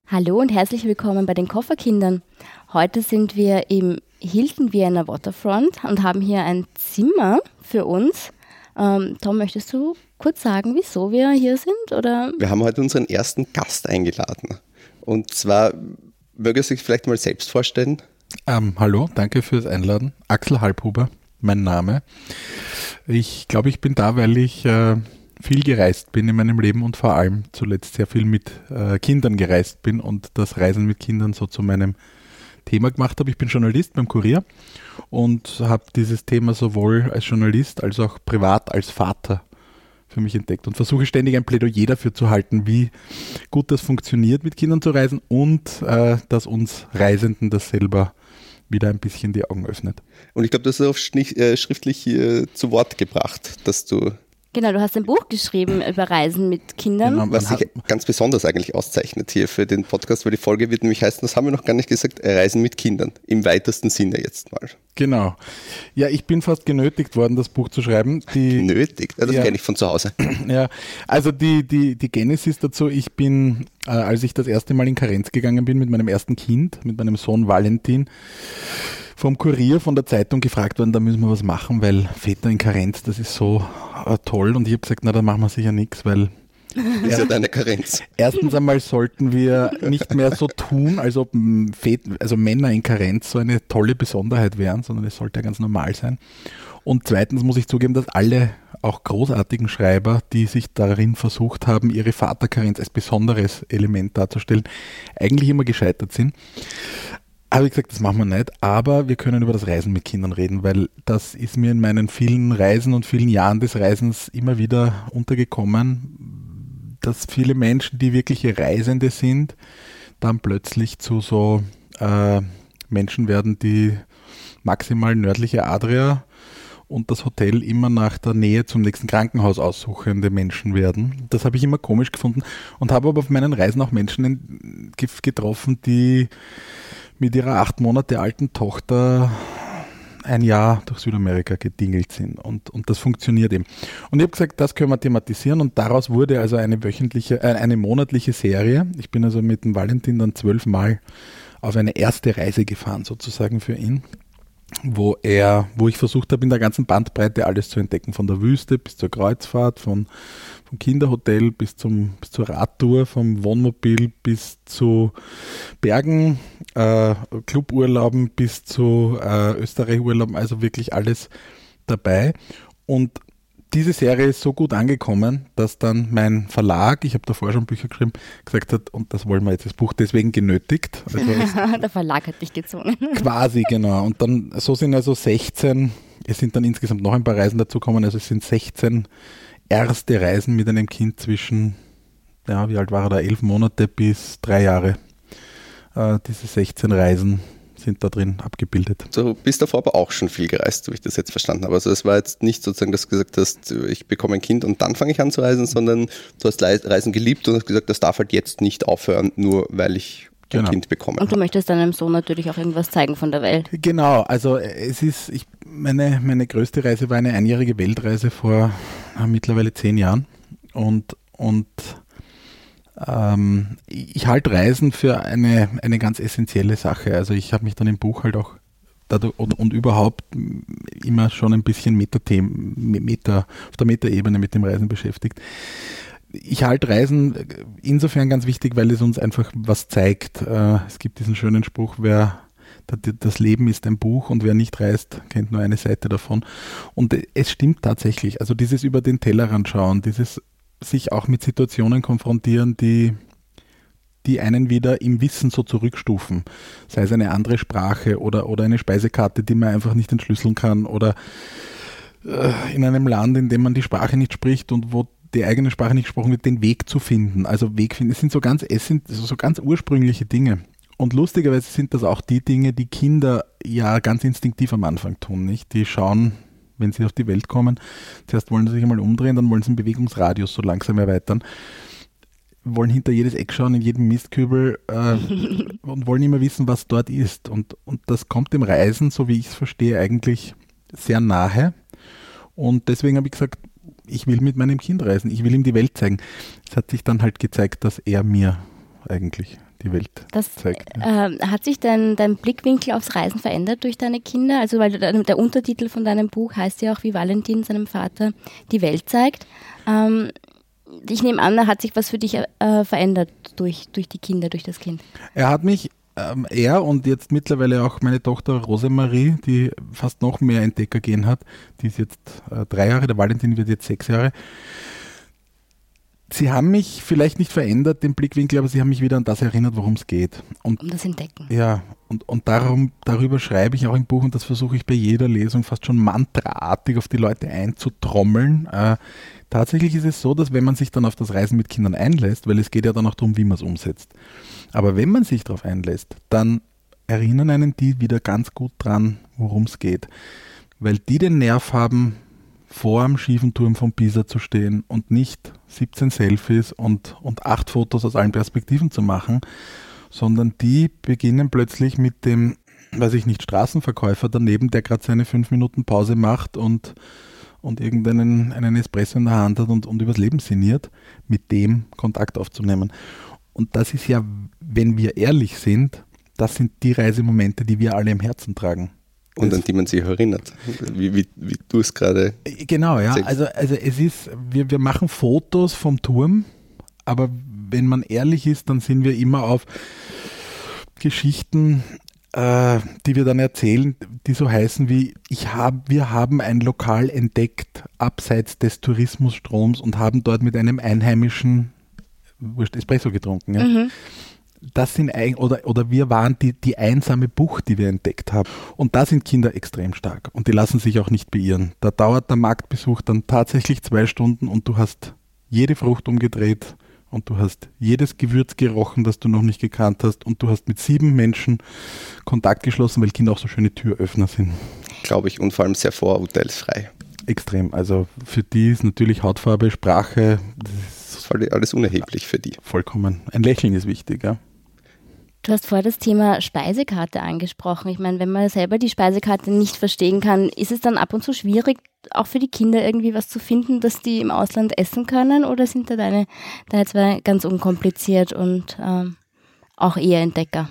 Hallo und herzlich willkommen bei den Kofferkindern. Heute sind wir im Hilton Vienna Waterfront und haben hier ein Zimmer für uns. Tom, möchtest du kurz sagen, wieso wir hier sind? Oder? Wir haben heute unseren ersten Gast eingeladen. Und zwar, möge er sich vielleicht mal selbst vorstellen? Hallo, danke fürs Einladen. Axel Halbhuber, mein Name. Ich glaube, ich bin da, weil ich viel gereist bin in meinem Leben und vor allem zuletzt sehr viel mit Kindern gereist bin und das Reisen mit Kindern so zu meinem Thema gemacht habe. Ich bin Journalist beim Kurier und habe dieses Thema sowohl als Journalist als auch privat als Vater für mich entdeckt und versuche ständig ein Plädoyer dafür zu halten, wie gut das funktioniert, mit Kindern zu reisen und dass uns Reisenden das selber wieder ein bisschen die Augen öffnet. Und ich glaube, das ist auch schriftlich hier zu Wort gebracht, dass du... Genau, du hast ein Buch geschrieben über Reisen mit Kindern. Genau, was sich ganz besonders eigentlich auszeichnet hier für den Podcast, weil die Folge wird nämlich heißen, das haben wir noch gar nicht gesagt, Reisen mit Kindern, im weitesten Sinne jetzt mal. Genau. Ja, ich bin fast genötigt worden, das Buch zu schreiben. Genötigt? Ja, das kenne ich von zu Hause. Ja, also die Genesis dazu, ich bin, als ich das erste Mal in Karenz gegangen bin mit meinem ersten Kind, mit meinem Sohn Valentin, vom Kurier, von der Zeitung gefragt worden, da müssen wir was machen, weil Väter in Karenz, das ist so toll. Und ich habe gesagt, na, da machen wir sicher nichts, weil... Ist ja deine Karenz. Erstens einmal sollten wir nicht mehr so tun, als ob Männer in Karenz so eine tolle Besonderheit wären, sondern es sollte ja ganz normal sein. Und zweitens muss ich zugeben, dass alle auch großartigen Schreiber, die sich darin versucht haben, ihre Vaterkarenz als besonderes Element darzustellen, eigentlich immer gescheitert sind. Habe ich gesagt, das machen wir nicht, aber wir können über das Reisen mit Kindern reden, weil das ist mir in meinen vielen Reisen und vielen Jahren des Reisens immer wieder untergekommen, dass viele Menschen, die wirkliche Reisende sind, dann plötzlich zu so Menschen werden, die maximal nördliche Adria und das Hotel immer nach der Nähe zum nächsten Krankenhaus aussuchende Menschen werden. Das habe ich immer komisch gefunden und habe aber auf meinen Reisen auch Menschen getroffen, die mit ihrer 8 Monate alten Tochter ein Jahr durch Südamerika gedingelt sind und das funktioniert eben. Und ich habe gesagt, das können wir thematisieren und daraus wurde also eine monatliche Serie. Ich bin also mit dem Valentin dann 12 Mal auf eine erste Reise gefahren sozusagen für ihn, wo ich versucht habe, in der ganzen Bandbreite alles zu entdecken, von der Wüste bis zur Kreuzfahrt, vom Kinderhotel bis zur Radtour, vom Wohnmobil bis zu Bergen, Cluburlauben bis zu Österreich-Urlauben, also wirklich alles dabei. Und diese Serie ist so gut angekommen, dass dann mein Verlag, ich habe davor schon Bücher geschrieben, gesagt hat, und das wollen wir jetzt das Buch deswegen genötigt. Also der Verlag hat dich gezwungen. Quasi, genau. Und dann, so sind also 16, es sind dann insgesamt noch ein paar Reisen dazugekommen, also es sind 16 erste Reisen mit einem Kind zwischen, ja, wie alt war er da, 11 Monate bis 3 Jahre. Diese 16 Reisen sind da drin abgebildet. Du bist davor aber auch schon viel gereist, so wie ich das jetzt verstanden habe. Also es war jetzt nicht sozusagen, dass du gesagt hast, ich bekomme ein Kind und dann fange ich an zu reisen, sondern du hast Reisen geliebt und hast gesagt, das darf halt jetzt nicht aufhören, nur weil ich ein Kind bekomme. Und du möchtest deinem Sohn natürlich auch irgendwas zeigen von der Welt. Genau, also es ist, meine größte Reise war eine einjährige Weltreise vor mittlerweile 10 Jahren und ich halte Reisen für eine ganz essentielle Sache. Also ich habe mich dann im Buch halt auch dadurch und überhaupt immer schon ein bisschen auf der Metaebene mit dem Reisen beschäftigt. Ich halte Reisen insofern ganz wichtig, weil es uns einfach was zeigt. Es gibt diesen schönen Spruch, das Leben ist ein Buch und wer nicht reist, kennt nur eine Seite davon. Und es stimmt tatsächlich. Also dieses über den Tellerrand schauen, dieses sich auch mit Situationen konfrontieren, die einen wieder im Wissen so zurückstufen. Sei es eine andere Sprache oder eine Speisekarte, die man einfach nicht entschlüsseln kann oder in einem Land, in dem man die Sprache nicht spricht und wo die eigene Sprache nicht gesprochen wird, den Weg zu finden. Also Weg finden, es sind so ganz ursprüngliche Dinge. Und lustigerweise sind das auch die Dinge, die Kinder ja ganz instinktiv am Anfang tun, nicht? Die schauen, wenn sie auf die Welt kommen, zuerst wollen sie sich einmal umdrehen, dann wollen sie den Bewegungsradius so langsam erweitern, wollen hinter jedes Eck schauen, in jedem Mistkübel und wollen immer wissen, was dort ist. Und das kommt dem Reisen, so wie ich es verstehe, eigentlich sehr nahe. Und deswegen habe ich gesagt, ich will mit meinem Kind reisen, ich will ihm die Welt zeigen. Es hat sich dann halt gezeigt, dass er mir eigentlich die Welt zeigt. Hat sich dein Blickwinkel aufs Reisen verändert durch deine Kinder? Also weil der Untertitel von deinem Buch heißt ja auch, wie Valentin seinem Vater die Welt zeigt. Ich nehme an, da hat sich was für dich verändert durch die Kinder, durch das Kind. Er hat mich, er und jetzt mittlerweile auch meine Tochter Rosemarie, die fast noch mehr Entdeckergehen hat, die ist jetzt 3 Jahre, der Valentin wird jetzt 6 Jahre. Sie haben mich vielleicht nicht verändert, den Blickwinkel, aber sie haben mich wieder an das erinnert, worum es geht. Und, um das Entdecken. Ja, und darüber schreibe ich auch im Buch und das versuche ich bei jeder Lesung fast schon mantraartig auf die Leute einzutrommeln. Tatsächlich ist es so, dass wenn man sich dann auf das Reisen mit Kindern einlässt, weil es geht ja dann auch darum, wie man es umsetzt, aber wenn man sich darauf einlässt, dann erinnern einen die wieder ganz gut dran, worum es geht. Weil die den Nerv haben, vor am schiefen Turm von Pisa zu stehen und nicht 17 Selfies und 8 Fotos aus allen Perspektiven zu machen, sondern die beginnen plötzlich mit dem, weiß ich nicht, Straßenverkäufer daneben, der gerade seine 5 Minuten Pause macht und einen Espresso in der Hand hat und übers Leben sinniert, mit dem Kontakt aufzunehmen. Und das ist ja, wenn wir ehrlich sind, das sind die Reisemomente, die wir alle im Herzen tragen. Und an die man sich erinnert, wie du es gerade. Genau, ja. Also es ist, wir machen Fotos vom Turm, aber wenn man ehrlich ist, dann sind wir immer auf Geschichten, die wir dann erzählen, die so heißen wie, wir haben ein Lokal entdeckt, abseits des Tourismusstroms und haben dort mit einem einheimischen Espresso getrunken. Ja. Mhm. Das sind oder wir waren die einsame Bucht, die wir entdeckt haben. Und da sind Kinder extrem stark und die lassen sich auch nicht beirren. Da dauert der Marktbesuch dann tatsächlich 2 Stunden und du hast jede Frucht umgedreht und du hast jedes Gewürz gerochen, das du noch nicht gekannt hast und du hast mit 7 Menschen Kontakt geschlossen, weil Kinder auch so schöne Türöffner sind. Glaube ich, und vor allem sehr vorurteilsfrei. Extrem. Also für die ist natürlich Hautfarbe, Sprache, das ist alles unerheblich für die. Vollkommen. Ein Lächeln ist wichtig, ja. Du hast vorher das Thema Speisekarte angesprochen. Ich meine, wenn man selber die Speisekarte nicht verstehen kann, ist es dann ab und zu schwierig, auch für die Kinder irgendwie was zu finden, dass die im Ausland essen können? Oder sind da deine 2 ganz unkompliziert und auch eher Entdecker?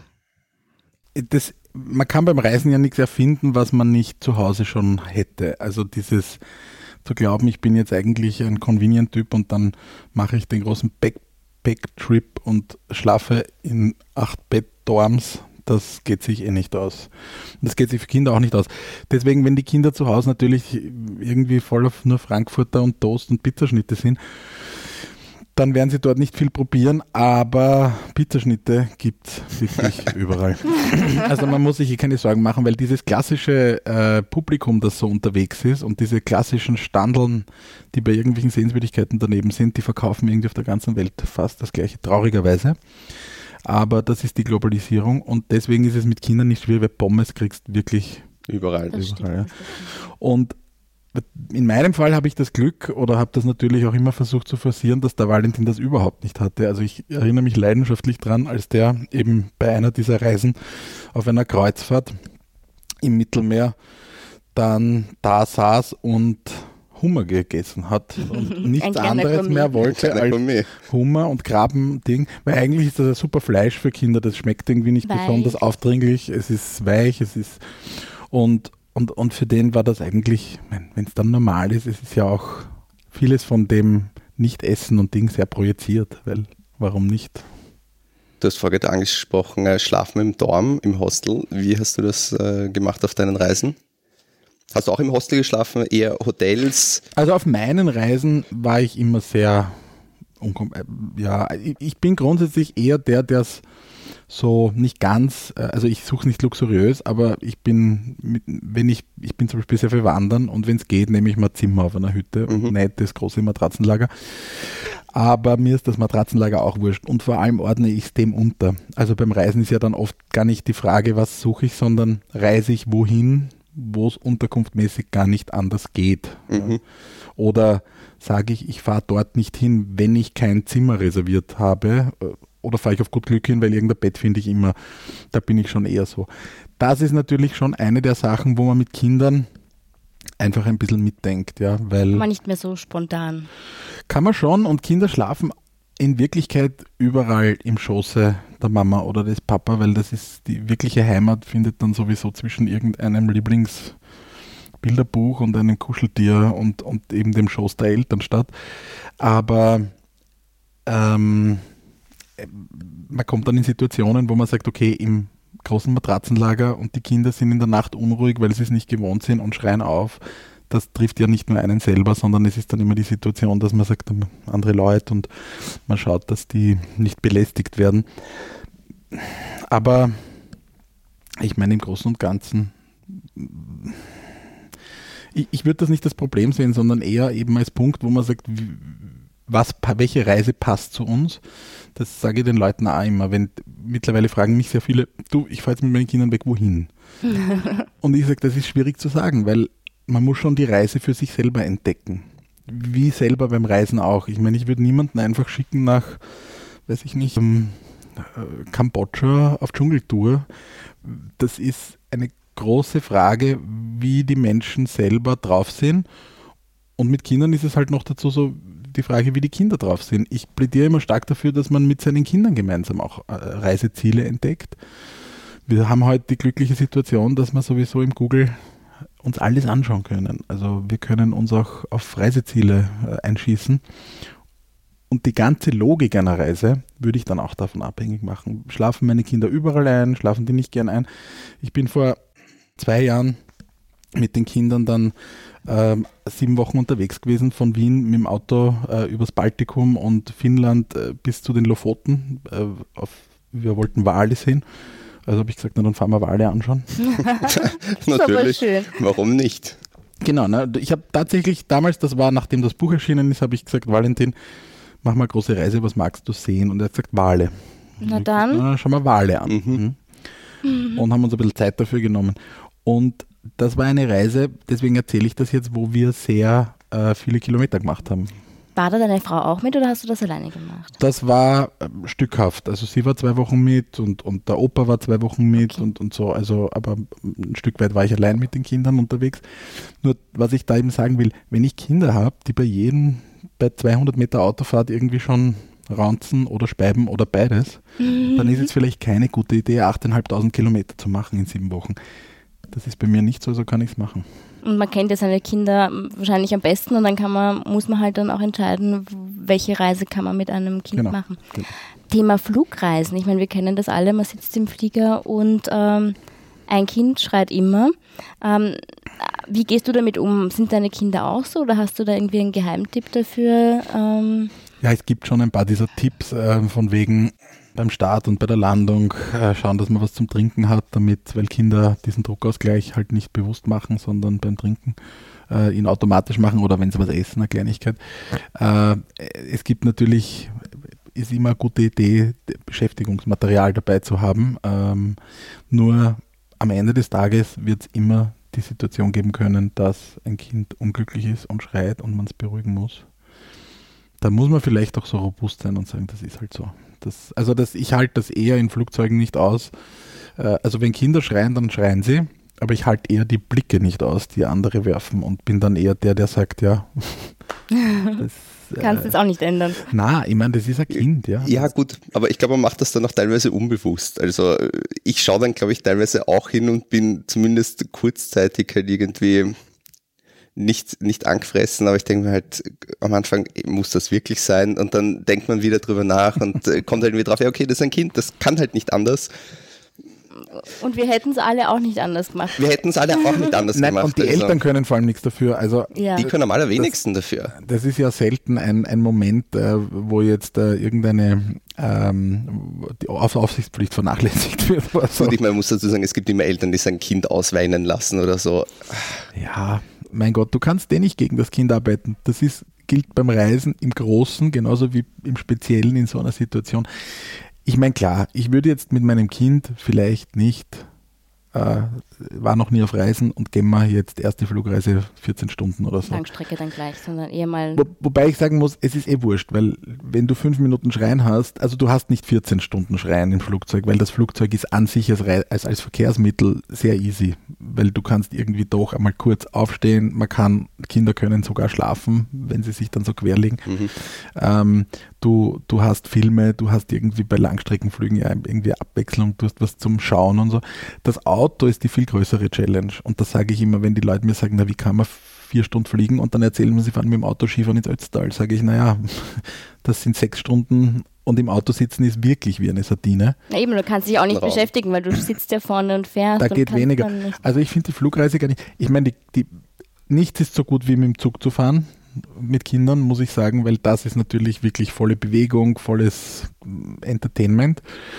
Man kann beim Reisen ja nichts erfinden, was man nicht zu Hause schon hätte. Also dieses zu glauben, ich bin jetzt eigentlich ein Convenient-Typ und dann mache ich den großen Backpack-Trip und schlafe in 8 Bettdorms, das geht sich nicht aus. Das geht sich für Kinder auch nicht aus. Deswegen, wenn die Kinder zu Hause natürlich irgendwie voll auf nur Frankfurter und Toast und Pizzaschnitte sind, dann werden sie dort nicht viel probieren, aber Pizzaschnitte gibt es wirklich überall. Also man muss sich keine Sorgen machen, weil dieses klassische Publikum, das so unterwegs ist und diese klassischen Standeln, die bei irgendwelchen Sehenswürdigkeiten daneben sind, die verkaufen irgendwie auf der ganzen Welt fast das Gleiche, traurigerweise. Aber das ist die Globalisierung und deswegen ist es mit Kindern nicht schwierig, weil Pommes kriegst wirklich überall. Ja. Und in meinem Fall habe ich das Glück oder habe das natürlich auch immer versucht zu forcieren, dass der Valentin das überhaupt nicht hatte. Also ich erinnere mich leidenschaftlich dran, als der eben bei einer dieser Reisen auf einer Kreuzfahrt im Mittelmeer dann da saß und Hummer gegessen hat und nichts anderes mehr wollte als Hummer und Krabending, weil eigentlich ist das ein super Fleisch für Kinder, das schmeckt irgendwie nicht besonders aufdringlich, es ist weich, und für den war das eigentlich, wenn es dann normal ist, es ist ja auch vieles von dem Nicht-Essen und Ding sehr projiziert, weil warum nicht? Du hast vorher angesprochen, Schlafen im Dorm, im Hostel. Wie hast du das gemacht auf deinen Reisen? Hast du auch im Hostel geschlafen, eher Hotels? Also auf meinen Reisen war ich immer sehr, ich bin grundsätzlich eher der es so nicht ganz, also ich suche nicht luxuriös, aber ich bin zum Beispiel sehr viel wandern und wenn es geht, nehme ich mal Zimmer auf einer Hütte und nicht das große Matratzenlager. Aber mir ist das Matratzenlager auch wurscht und vor allem ordne ich es dem unter. Also beim Reisen ist ja dann oft gar nicht die Frage, was suche ich, sondern reise ich wohin, wo es unterkunftmäßig gar nicht anders geht. Mhm. Oder sage ich fahre dort nicht hin, wenn ich kein Zimmer reserviert habe. Oder fahre ich auf gut Glück hin, weil irgendein Bett finde ich immer. Da bin ich schon eher so. Das ist natürlich schon eine der Sachen, wo man mit Kindern einfach ein bisschen mitdenkt. Ja, weil kann man nicht mehr so spontan. Kann man schon und Kinder schlafen in Wirklichkeit überall im Schoße der Mama oder des Papa, weil das ist die wirkliche Heimat, findet dann sowieso zwischen irgendeinem Lieblingsbilderbuch und einem Kuscheltier und eben dem Schoß der Eltern statt. Aber man kommt dann in Situationen, wo man sagt, okay, im großen Matratzenlager und die Kinder sind in der Nacht unruhig, weil sie es nicht gewohnt sind und schreien auf. Das trifft ja nicht nur einen selber, sondern es ist dann immer die Situation, dass man sagt, andere Leute und man schaut, dass die nicht belästigt werden. Aber ich meine, im Großen und Ganzen, ich würde das nicht als Problem sehen, sondern eher eben als Punkt, wo man sagt, welche Reise passt zu uns. Das sage ich den Leuten auch immer. Mittlerweile fragen mich sehr viele, du, ich fahre jetzt mit meinen Kindern weg, wohin? Und ich sage, das ist schwierig zu sagen, weil man muss schon die Reise für sich selber entdecken. Wie selber beim Reisen auch. Ich meine, ich würde niemanden einfach schicken nach, weiß ich nicht, Kambodscha auf Dschungeltour. Das ist eine große Frage, wie die Menschen selber drauf sind. Und mit Kindern ist es halt noch dazu so die Frage, wie die Kinder drauf sind. Ich plädiere immer stark dafür, dass man mit seinen Kindern gemeinsam auch Reiseziele entdeckt. Wir haben heute die glückliche Situation, dass wir sowieso im Google uns alles anschauen können. Also wir können uns auch auf Reiseziele einschießen. Und die ganze Logik einer Reise würde ich dann auch davon abhängig machen. Schlafen meine Kinder überall ein? Schlafen die nicht gern ein? Ich bin vor 2 Jahren mit den Kindern dann 7 Wochen unterwegs gewesen, von Wien mit dem Auto übers Baltikum und Finnland bis zu den Lofoten. Wir wollten Wale sehen. Also habe ich gesagt, na dann fahren wir Wale anschauen. Natürlich, warum nicht? Genau, ne? Ich habe tatsächlich damals, das war nachdem das Buch erschienen ist, habe ich gesagt, Valentin, mach mal eine große Reise, was magst du sehen? Und er hat gesagt, Wale. Na dann. Gesagt, na, schauen wir Wale an. Und haben uns ein bisschen Zeit dafür genommen. Und das war eine Reise, deswegen erzähle ich das jetzt, wo wir sehr viele Kilometer gemacht haben. War da deine Frau auch mit oder hast du das alleine gemacht? Das war stückhaft. Also sie war 2 Wochen mit und der Opa war 2 Wochen mit und so. Also, aber ein Stück weit war ich allein mit den Kindern unterwegs. Nur, was ich da eben sagen will, wenn ich Kinder habe, die bei 200 Meter Autofahrt irgendwie schon raunzen oder speiben oder beides, dann ist es vielleicht keine gute Idee, 8.500 Kilometer zu machen in 7 Wochen. Das ist bei mir nicht so, also kann ich es machen. Und man kennt ja seine Kinder wahrscheinlich am besten und dann muss man halt dann auch entscheiden, welche Reise kann man mit einem Kind machen. Genau. Thema Flugreisen. Ich meine, wir kennen das alle, man sitzt im Flieger und ein Kind schreit immer. Wie gehst du damit um? Sind deine Kinder auch so oder hast du da irgendwie einen Geheimtipp dafür? Ja, es gibt schon ein paar dieser Tipps von wegen beim Start und bei der Landung schauen, dass man was zum Trinken hat, weil Kinder diesen Druckausgleich halt nicht bewusst machen, sondern beim Trinken ihn automatisch machen oder wenn sie was essen, eine Kleinigkeit. Es gibt natürlich, ist immer eine gute Idee, Beschäftigungsmaterial dabei zu haben. Nur am Ende des Tages wird es immer die Situation geben können, dass ein Kind unglücklich ist und schreit und man es beruhigen muss. Da muss man vielleicht auch so robust sein und sagen, das ist halt so. Ich halte das eher in Flugzeugen nicht aus. Also wenn Kinder schreien, dann schreien sie, aber ich halte eher die Blicke nicht aus, die andere werfen und bin dann eher der sagt, ja. Kannst du es auch nicht ändern. Na, ich meine, das ist ein Kind, ja. Ja gut, aber ich glaube, man macht das dann auch teilweise unbewusst. Also ich schaue dann, glaube ich, teilweise auch hin und bin zumindest kurzzeitig halt irgendwie nicht angefressen, aber ich denke mir halt, am Anfang muss das wirklich sein und dann denkt man wieder drüber nach und kommt halt wieder drauf, ja okay, das ist ein Kind, das kann halt nicht anders. Und wir hätten es alle auch nicht anders gemacht. Wir hätten es alle auch nicht anders gemacht. Und die Eltern können vor allem nichts dafür. Also die können am allerwenigsten dafür. Das ist ja selten ein Moment, wo jetzt irgendeine die Aufsichtspflicht vernachlässigt wird. So. Und ich meine, man muss dazu sagen, es gibt immer Eltern, die sein Kind ausweinen lassen oder so. Ja, mein Gott, du kannst nicht gegen das Kind arbeiten. Das gilt beim Reisen im Großen genauso wie im Speziellen in so einer Situation. Ich meine, klar, ich würde jetzt mit meinem Kind vielleicht nicht, war noch nie auf Reisen und gehen wir jetzt erste Flugreise 14 Stunden oder so. Langstrecke dann gleich, sondern eher mal... Wobei ich sagen muss, es ist wurscht, weil wenn du 5 Minuten Schreien hast, also du hast nicht 14 Stunden Schreien im Flugzeug, weil das Flugzeug ist an sich als Verkehrsmittel sehr easy, weil du kannst irgendwie doch einmal kurz aufstehen, Kinder können sogar schlafen, wenn sie sich dann so querlegen. du hast Filme, du hast irgendwie bei Langstreckenflügen ja irgendwie Abwechslung, du hast was zum Schauen und so. Das Auto ist die viel größere Challenge. Und das sage ich immer, wenn die Leute mir sagen, na, wie kann man 4 Stunden fliegen und dann erzählen wir, sie fahren mit dem Auto Skifahren ins Ötztal, sage ich, naja, das sind 6 Stunden und im Auto sitzen ist wirklich wie eine Sardine. Na eben, du kannst dich auch nicht beschäftigen, weil du sitzt ja vorne und fährst. Da geht weniger. Also ich finde die Flugreise gar nicht, ich meine, nichts ist so gut wie mit dem Zug zu fahren mit Kindern, muss ich sagen, weil das ist natürlich wirklich volle Bewegung, volles Entertainment.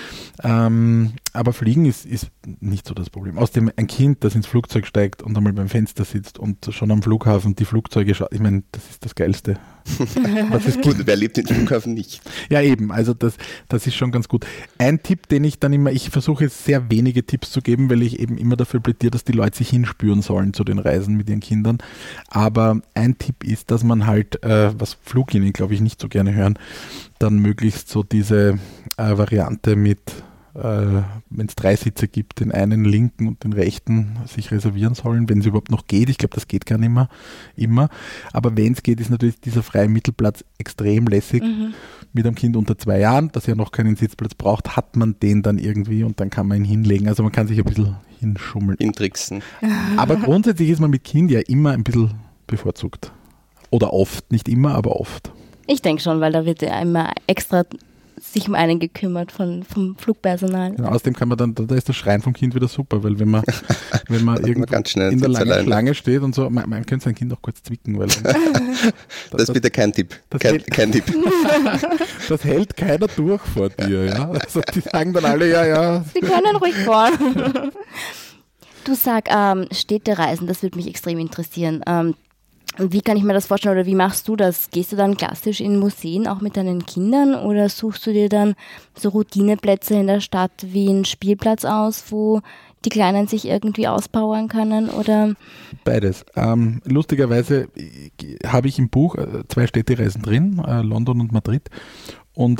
Aber Fliegen ist nicht so das Problem. Außerdem ein Kind, das ins Flugzeug steigt und einmal beim Fenster sitzt und schon am Flughafen die Flugzeuge schaut, ich meine, das ist das Geilste. Gut, wer lebt den Flughafen nicht? Ja eben, also das ist schon ganz gut. Ein Tipp, den ich dann immer, ich versuche sehr wenige Tipps zu geben, weil ich eben immer dafür plädiere, dass die Leute sich hinspüren sollen zu den Reisen mit ihren Kindern. Aber ein Tipp ist, dass man halt, was Fluglinien glaube ich nicht so gerne hören, dann möglichst so diese Variante mit, wenn es 3 Sitze gibt, den einen linken und den rechten sich reservieren sollen, wenn es überhaupt noch geht. Ich glaube, das geht gar nicht mehr immer. Aber wenn es geht, ist natürlich dieser freie Mittelplatz extrem lässig. Mit einem Kind unter 2 Jahren, das ja noch keinen Sitzplatz braucht, hat man den dann irgendwie und dann kann man ihn hinlegen. Also man kann sich ein bisschen hinschummeln. Intricksen. Aber grundsätzlich ist man mit Kind ja immer ein bisschen bevorzugt. Oder oft, nicht immer, aber oft. Ich denke schon, weil da wird ja immer extra sich um einen gekümmert vom Flugpersonal. Genau, außerdem kann man dann, da ist das Schreien vom Kind wieder super, weil wenn man irgendwo ganz schnell in der langen Schlange steht und so, man könnte sein Kind auch kurz zwicken, weil das ist bitte kein Tipp. Kein Tipp. Das hält keiner durch vor dir, ja. Also die sagen dann alle, ja. Sie können ruhig fahren. Du sag, Städtereisen, das würde mich extrem interessieren. Wie kann ich mir das vorstellen oder wie machst du das? Gehst du dann klassisch in Museen auch mit deinen Kindern oder suchst du dir dann so Routineplätze in der Stadt wie einen Spielplatz aus, wo die Kleinen sich irgendwie auspowern können? Oder? Beides. Lustigerweise habe ich im Buch 2 Städtereisen drin, London und Madrid, und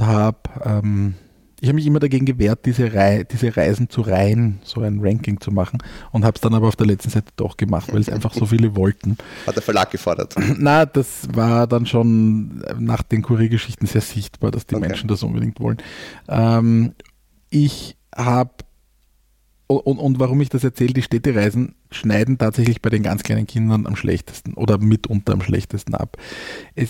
ich habe mich immer dagegen gewehrt, diese Reisen zu reihen, so ein Ranking zu machen, und habe es dann aber auf der letzten Seite doch gemacht, weil es einfach so viele wollten. Hat der Verlag gefordert? Na, das war dann schon nach den Kuriergeschichten sehr sichtbar, dass die Menschen das unbedingt wollen. Ich habe, und warum ich das erzähle, die Städtereisen schneiden tatsächlich bei den ganz kleinen Kindern am schlechtesten oder mitunter am schlechtesten ab. Es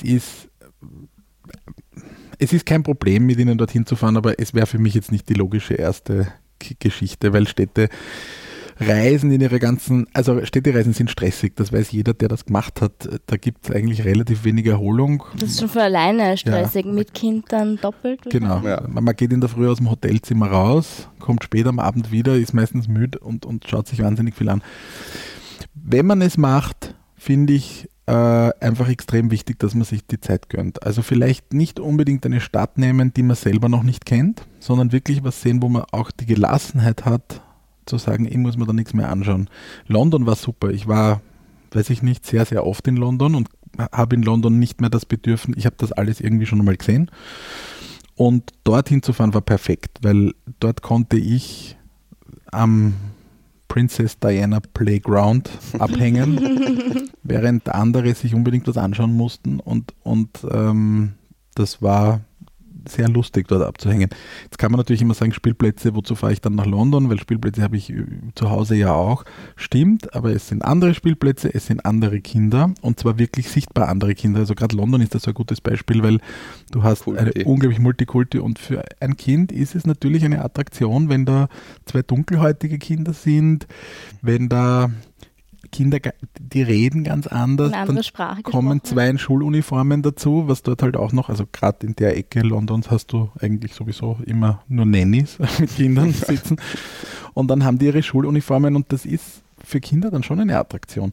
ist kein Problem, mit ihnen dorthin zu fahren, aber es wäre für mich jetzt nicht die logische erste Geschichte, weil Städtereisen Städtereisen sind stressig, das weiß jeder, der das gemacht hat. Da gibt es eigentlich relativ wenig Erholung. Das ist schon für alleine stressig, mit Kind dann doppelt. Oder? Genau, man geht in der Früh aus dem Hotelzimmer raus, kommt spät am Abend wieder, ist meistens müde und schaut sich wahnsinnig viel an. Wenn man es macht, finde ich, einfach extrem wichtig, dass man sich die Zeit gönnt. Also vielleicht nicht unbedingt eine Stadt nehmen, die man selber noch nicht kennt, sondern wirklich was sehen, wo man auch die Gelassenheit hat, zu sagen, ich muss mir da nichts mehr anschauen. London war super. Ich war, weiß ich nicht, sehr, sehr oft in London und habe in London nicht mehr das Bedürfnis, ich habe das alles irgendwie schon einmal gesehen. Und dorthin zu fahren war perfekt, weil dort konnte ich am Princess Diana Playground abhängen, während andere sich unbedingt was anschauen mussten und das war sehr lustig, dort abzuhängen. Jetzt kann man natürlich immer sagen, Spielplätze, wozu fahre ich dann nach London, weil Spielplätze habe ich zu Hause ja auch. Stimmt, aber es sind andere Spielplätze, es sind andere Kinder und zwar wirklich sichtbar andere Kinder. Also gerade London ist das so ein gutes Beispiel, weil du hast eine unglaublich Multikulti und für ein Kind ist es natürlich eine Attraktion, wenn da 2 dunkelhäutige Kinder sind, wenn da Kinder, die reden ganz anders, dann kommen 2 in Schuluniformen dazu, was dort halt auch noch, also gerade in der Ecke Londons hast du eigentlich sowieso immer nur Nannies mit Kindern sitzen und dann haben die ihre Schuluniformen und das ist für Kinder dann schon eine Attraktion.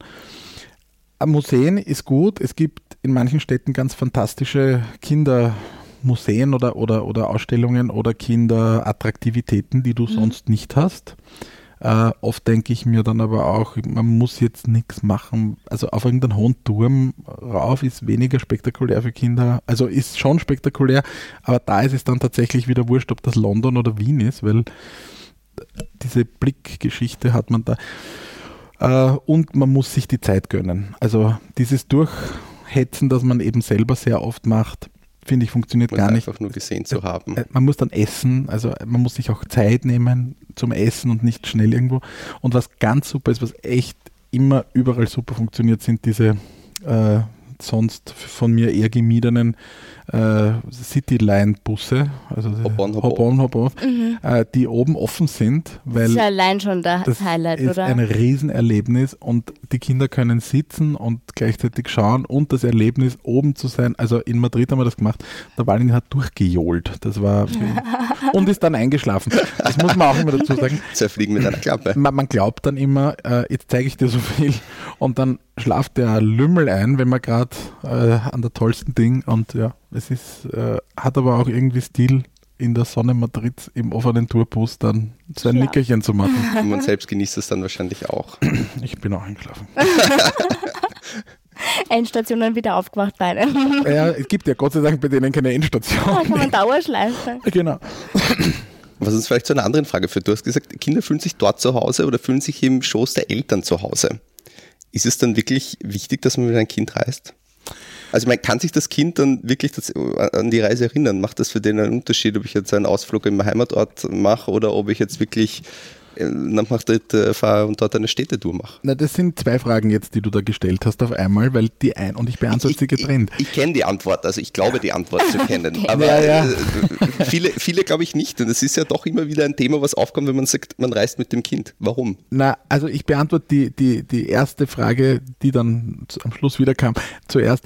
Museen ist gut, es gibt in manchen Städten ganz fantastische Kindermuseen oder Ausstellungen oder Kinderattraktivitäten, die du sonst nicht hast. Oft denke ich mir dann aber auch, man muss jetzt nichts machen. Also auf irgendeinen hohen Turm rauf ist weniger spektakulär für Kinder. Also ist schon spektakulär, aber da ist es dann tatsächlich wieder wurscht, ob das London oder Wien ist, weil diese Blickgeschichte hat man da. Und man muss sich die Zeit gönnen. Also dieses Durchhetzen, das man eben selber sehr oft macht, finde ich, funktioniert gar nicht. Einfach nur gesehen zu haben. Man muss dann essen, also man muss sich auch Zeit nehmen zum Essen und nicht schnell irgendwo. Und was ganz super ist, was echt immer überall super funktioniert, sind diese sonst von mir eher gemiedenen Cityline-Busse, also Hop-on, Hop-off, die oben offen sind, weil das ist ja allein schon der Highlight, ist oder? Ein Riesenerlebnis und die Kinder können sitzen und gleichzeitig schauen und das Erlebnis oben zu sein, also in Madrid haben wir das gemacht, der Valentin hat durchgejohlt, das war und ist dann eingeschlafen. Das muss man auch immer dazu sagen. Zerfliegen mit einer Klappe. Man glaubt dann immer, jetzt zeige ich dir so viel und dann schlaft der Lümmel ein, wenn man gerade an der tollsten Ding und ja, es ist, hat aber auch irgendwie Stil, in der Sonne Madrids im offenen Tourbus dann sein Nickerchen zu machen. Und man selbst genießt es dann wahrscheinlich auch. Ich bin auch eingeschlafen. Endstationen wieder aufgewacht beide. Ja, es gibt ja Gott sei Dank bei denen keine Endstation. Da kann man Dauerschleife. Genau. Was uns vielleicht zu einer anderen Frage führt. Du hast gesagt, Kinder fühlen sich dort zu Hause oder fühlen sich im Schoß der Eltern zu Hause. Ist es dann wirklich wichtig, dass man mit einem Kind reist? Also man kann sich das Kind dann wirklich an die Reise erinnern? Macht das für den einen Unterschied, ob ich jetzt einen Ausflug im Heimatort mache oder ob ich jetzt wirklich nach Madrid fahre und dort eine Städtetour mache? Na, das sind zwei Fragen jetzt, die du da gestellt hast auf einmal, weil und ich beantworte sie getrennt. Ich kenne die Antwort, also ich glaube die Antwort zu kennen, aber viele glaube ich nicht und es ist ja doch immer wieder ein Thema, was aufkommt, wenn man sagt, man reist mit dem Kind. Warum? Na, also ich beantworte die erste Frage, die dann am Schluss wieder kam, zuerst.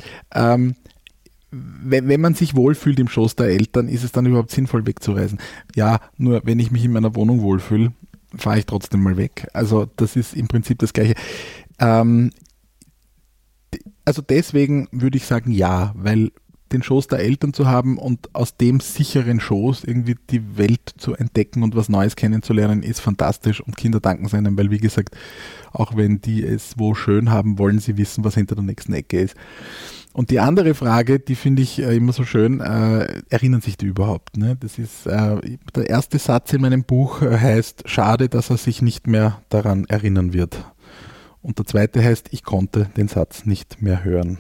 Wenn man sich wohlfühlt im Schoß der Eltern, ist es dann überhaupt sinnvoll wegzureisen? Ja, nur wenn ich mich in meiner Wohnung wohlfühle, fahre ich trotzdem mal weg. Also das ist im Prinzip das Gleiche. Also deswegen würde ich sagen ja, weil den Schoß der Eltern zu haben und aus dem sicheren Schoß irgendwie die Welt zu entdecken und was Neues kennenzulernen, ist fantastisch und Kinder danken seinem, weil wie gesagt, auch wenn die es wo schön haben, wollen sie wissen, was hinter der nächsten Ecke ist. Und die andere Frage, die finde ich immer so schön, erinnern sich die überhaupt? Ne? Das ist der erste Satz in meinem Buch heißt, schade, dass er sich nicht mehr daran erinnern wird. Und der zweite heißt, ich konnte den Satz nicht mehr hören.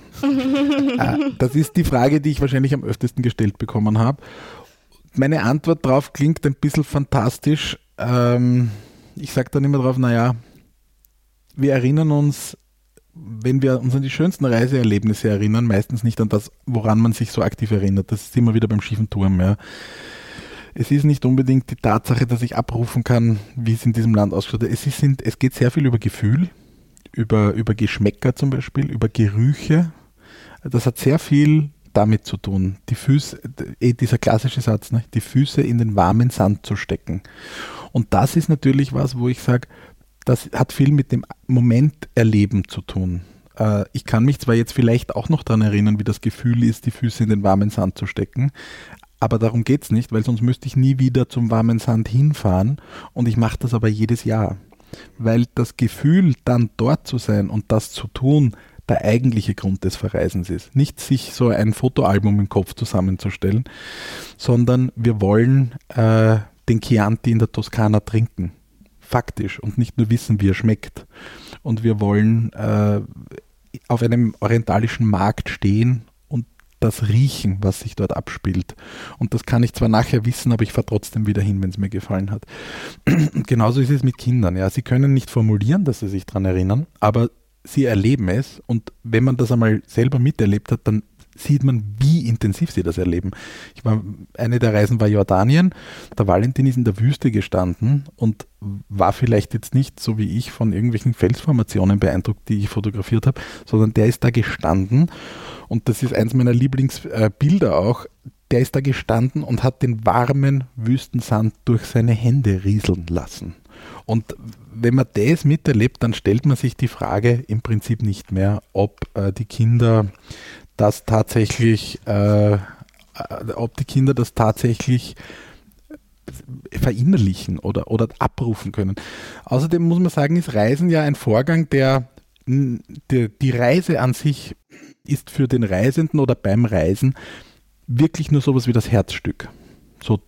Das ist die Frage, die ich wahrscheinlich am öftesten gestellt bekommen habe. Meine Antwort darauf klingt ein bisschen fantastisch. Ich sage dann immer drauf, naja, wir erinnern uns, wenn wir uns an die schönsten Reiseerlebnisse erinnern, meistens nicht an das, woran man sich so aktiv erinnert. Das ist immer wieder beim schiefen Turm. Ja. Es ist nicht unbedingt die Tatsache, dass ich abrufen kann, wie es in diesem Land ausschaut. Es geht sehr viel über Gefühl, über Geschmäcker zum Beispiel, über Gerüche. Das hat sehr viel damit zu tun. Die Füße, dieser klassische Satz, ne? Die Füße in den warmen Sand zu stecken. Und das ist natürlich was, wo ich sage, das hat viel mit dem Momenterleben zu tun. Ich kann mich zwar jetzt vielleicht auch noch daran erinnern, wie das Gefühl ist, die Füße in den warmen Sand zu stecken, aber darum geht es nicht, weil sonst müsste ich nie wieder zum warmen Sand hinfahren und ich mache das aber jedes Jahr. Weil das Gefühl, dann dort zu sein und das zu tun, der eigentliche Grund des Verreisens ist. Nicht sich so ein Fotoalbum im Kopf zusammenzustellen, sondern wir wollen den Chianti in der Toskana trinken. Faktisch und nicht nur wissen, wie er schmeckt. Und wir wollen auf einem orientalischen Markt stehen und das riechen, was sich dort abspielt. Und das kann ich zwar nachher wissen, aber ich fahre trotzdem wieder hin, wenn es mir gefallen hat. Und genauso ist es mit Kindern. Ja. Sie können nicht formulieren, dass sie sich daran erinnern, aber sie erleben es. Und wenn man das einmal selber miterlebt hat, dann sieht man, wie intensiv sie das erleben. Eine der Reisen war Jordanien. Der Valentin ist in der Wüste gestanden und war vielleicht jetzt nicht so wie ich von irgendwelchen Felsformationen beeindruckt, die ich fotografiert habe, sondern der ist da gestanden und das ist eins meiner Lieblingsbilder auch. Der ist da gestanden und hat den warmen Wüstensand durch seine Hände rieseln lassen. Und wenn man das miterlebt, dann stellt man sich die Frage im Prinzip nicht mehr, ob die Kinder das tatsächlich verinnerlichen oder abrufen können. Außerdem muss man sagen, ist Reisen ja ein Vorgang, die Reise an sich ist für den Reisenden oder beim Reisen wirklich nur sowas wie das Herzstück. So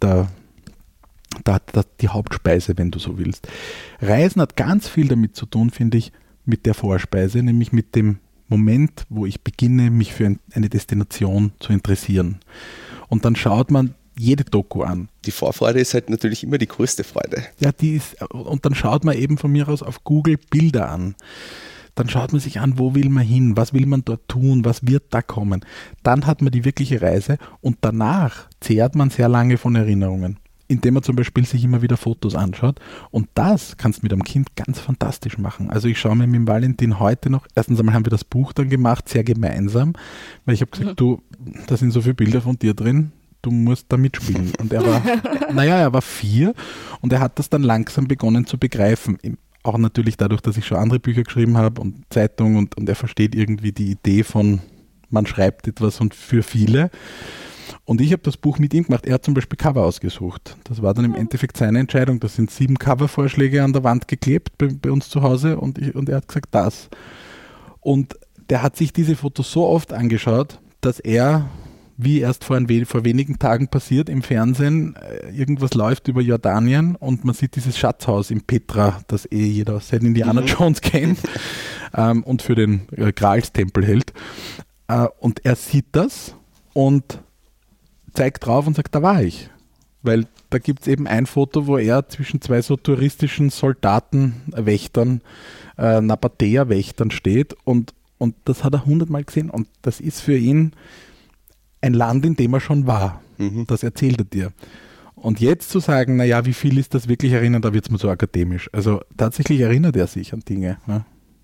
die Hauptspeise, wenn du so willst. Reisen hat ganz viel damit zu tun, finde ich, mit der Vorspeise, nämlich mit dem Moment, wo ich beginne, mich für eine Destination zu interessieren. Und dann schaut man jede Doku an. Die Vorfreude ist halt natürlich immer die größte Freude. Ja, und dann schaut man eben von mir aus auf Google Bilder an. Dann schaut man sich an, wo will man hin, was will man dort tun, was wird da kommen. Dann hat man die wirkliche Reise und danach zehrt man sehr lange von Erinnerungen, indem man zum Beispiel sich immer wieder Fotos anschaut. Und das kannst du mit einem Kind ganz fantastisch machen. Also ich schaue mir mit dem Valentin heute noch, erstens einmal haben wir das Buch dann gemacht, sehr gemeinsam, weil ich habe gesagt, du, da sind so viele Bilder von dir drin, du musst da mitspielen. Und er war 4 und er hat das dann langsam begonnen zu begreifen. Auch natürlich dadurch, dass ich schon andere Bücher geschrieben habe und Zeitung und er versteht irgendwie die Idee von, man schreibt etwas und für viele. Und ich habe das Buch mit ihm gemacht. Er hat zum Beispiel Cover ausgesucht. Das war dann im Endeffekt seine Entscheidung. Das sind 7 Covervorschläge an der Wand geklebt bei uns zu Hause und er hat gesagt, das. Und der hat sich diese Fotos so oft angeschaut, dass er, wie erst vor wenigen Tagen passiert, im Fernsehen irgendwas läuft über Jordanien und man sieht dieses Schatzhaus in Petra, das jeder seit Indiana Jones kennt und für den Gralstempel hält. Und er sieht das und zeigt drauf und sagt, da war ich. Weil da gibt es eben ein Foto, wo er zwischen 2 so touristischen Soldatenwächtern, Nabatea-Wächtern steht und das hat er 100-mal gesehen und das ist für ihn ein Land, in dem er schon war. Das erzählt er dir. Und jetzt zu sagen, naja, wie viel ist das wirklich erinnern, da wird es mir so akademisch. Also tatsächlich erinnert er sich an Dinge. Ja.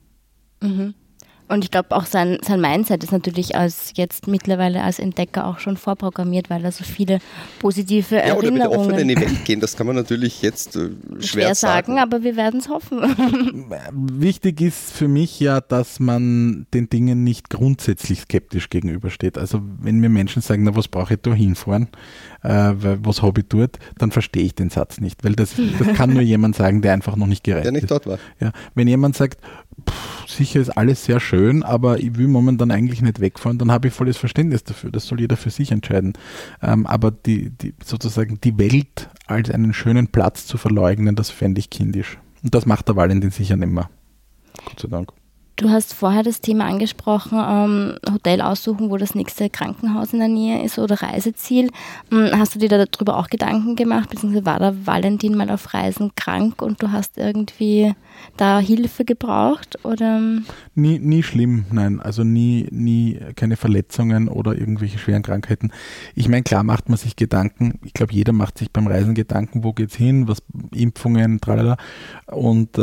Und ich glaube auch sein Mindset ist natürlich jetzt mittlerweile als Entdecker auch schon vorprogrammiert, weil er so viele positive Erinnerungen... Ja, oder mit offen in die Welt gehen, das kann man natürlich jetzt schwer sagen. Aber wir werden es hoffen. Wichtig ist für mich ja, dass man den Dingen nicht grundsätzlich skeptisch gegenübersteht. Also wenn mir Menschen sagen, na was brauche ich da hinfahren, was habe ich dort, dann verstehe ich den Satz nicht, weil das kann nur jemand sagen, der einfach noch nicht gereist ist. Der nicht dort war. Ja, wenn jemand sagt, sicher ist alles sehr schön, aber ich will momentan eigentlich nicht wegfahren, dann habe ich volles Verständnis dafür. Das soll jeder für sich entscheiden. Aber sozusagen die Welt als einen schönen Platz zu verleugnen, das fände ich kindisch. Und das macht der Valentin sicher nicht mehr. Gott sei Dank. Du hast vorher das Thema angesprochen, Hotel aussuchen, wo das nächste Krankenhaus in der Nähe ist oder Reiseziel. Hast du dir darüber auch Gedanken gemacht, beziehungsweise war der Valentin mal auf Reisen krank und du hast irgendwie da Hilfe gebraucht? Oder? Nie schlimm, nein. Also nie keine Verletzungen oder irgendwelche schweren Krankheiten. Ich meine, klar macht man sich Gedanken. Ich glaube, jeder macht sich beim Reisen Gedanken, wo geht's hin, was Impfungen, tralala. Und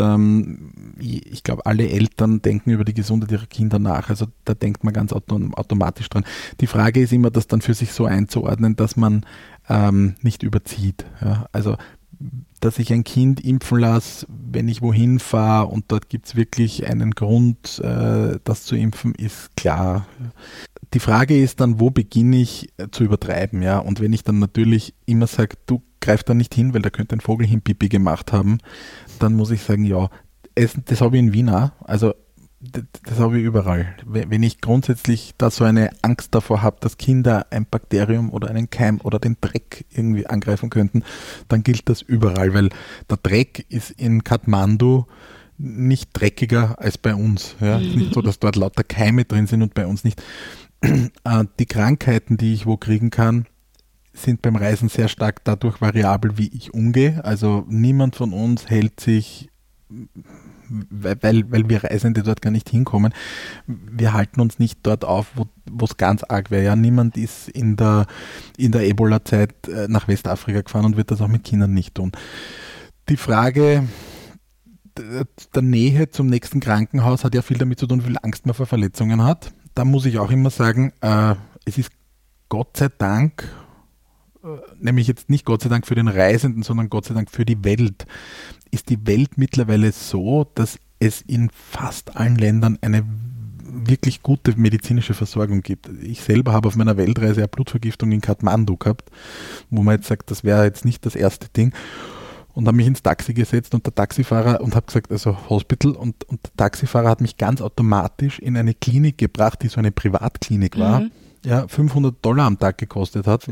ich glaube, alle Eltern denken über die Gesundheit ihrer Kinder nach. Also da denkt man ganz automatisch dran. Die Frage ist immer, das dann für sich so einzuordnen, dass man nicht überzieht. Ja? Also dass ich ein Kind impfen lasse, wenn ich wohin fahre und dort gibt es wirklich einen Grund, das zu impfen, ist klar. Die Frage ist dann, wo beginne ich zu übertreiben? Ja? Und wenn ich dann natürlich immer sage, du greif da nicht hin, weil da könnte ein Vogel Pipi gemacht haben, dann muss ich sagen, ja, das habe ich in Wien auch. Also das habe ich überall. Wenn ich grundsätzlich da so eine Angst davor habe, dass Kinder ein Bakterium oder einen Keim oder den Dreck irgendwie angreifen könnten, dann gilt das überall, weil der Dreck ist in Kathmandu nicht dreckiger als bei uns. Ja? Es ist nicht so, dass dort lauter Keime drin sind und bei uns nicht. Die Krankheiten, die ich wo kriegen kann, sind beim Reisen sehr stark dadurch variabel, wie ich umgehe. Also niemand von uns hält sich, weil wir Reisende dort gar nicht hinkommen, wir halten uns nicht dort auf, wo es ganz arg wäre. Ja, niemand ist in der Ebola-Zeit nach Westafrika gefahren und wird das auch mit Kindern nicht tun. Die Frage der Nähe zum nächsten Krankenhaus hat ja viel damit zu tun, wie viel Angst man vor Verletzungen hat. Da muss ich auch immer sagen, es ist Gott sei Dank, nämlich jetzt nicht Gott sei Dank für den Reisenden, sondern Gott sei Dank für die Welt, ist die Welt mittlerweile so, dass es in fast allen Ländern eine wirklich gute medizinische Versorgung gibt. Ich selber habe auf meiner Weltreise eine Blutvergiftung in Kathmandu gehabt, wo man jetzt sagt, das wäre jetzt nicht das erste Ding. Und habe mich ins Taxi gesetzt und der Taxifahrer und habe gesagt, also Hospital, und der Taxifahrer hat mich ganz automatisch in eine Klinik gebracht, die so eine Privatklinik war, ja, $500 am Tag gekostet hat.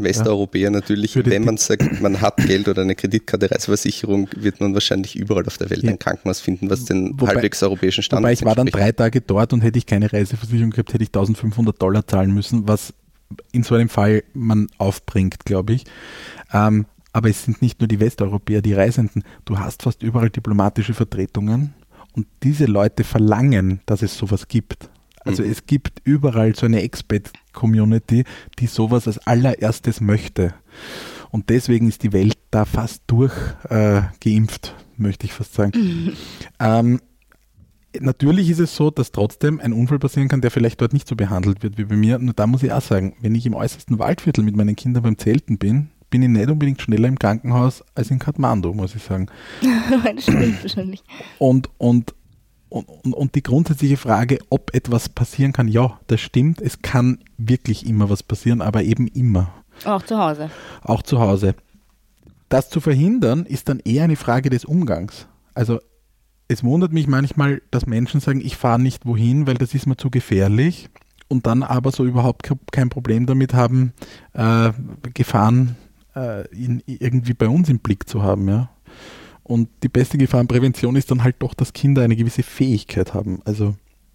Westeuropäer natürlich, wenn man sagt, man hat Geld oder eine Kreditkarte, Reiseversicherung, wird man wahrscheinlich überall auf der Welt ein Krankenhaus finden, was den halbwegs europäischen Standard entspricht. Wobei ich war dann 3 Tage dort und hätte ich keine Reiseversicherung gehabt, hätte ich $1.500 zahlen müssen, was in so einem Fall man aufbringt, glaube ich. Aber es sind nicht nur die Westeuropäer, die Reisenden. Du hast fast überall diplomatische Vertretungen und diese Leute verlangen, dass es sowas gibt. Also es gibt überall so eine Expat-Community, die sowas als allererstes möchte. Und deswegen ist die Welt da fast durchgeimpft, möchte ich fast sagen. Natürlich ist es so, dass trotzdem ein Unfall passieren kann, der vielleicht dort nicht so behandelt wird wie bei mir. Nur da muss ich auch sagen, wenn ich im äußersten Waldviertel mit meinen Kindern beim Zelten bin ich nicht unbedingt schneller im Krankenhaus als in Kathmandu, muss ich sagen. Das stimmt wahrscheinlich. Und die grundsätzliche Frage, ob etwas passieren kann, ja, das stimmt. Es kann wirklich immer was passieren, aber eben immer. Auch zu Hause. Auch zu Hause. Das zu verhindern, ist dann eher eine Frage des Umgangs. Also es wundert mich manchmal, dass Menschen sagen, ich fahre nicht wohin, weil das ist mir zu gefährlich und dann aber so überhaupt kein Problem damit haben, Gefahren irgendwie bei uns im Blick zu haben. Ja. Und die beste Gefahrenprävention ist dann halt doch, dass Kinder eine gewisse Fähigkeit haben. Also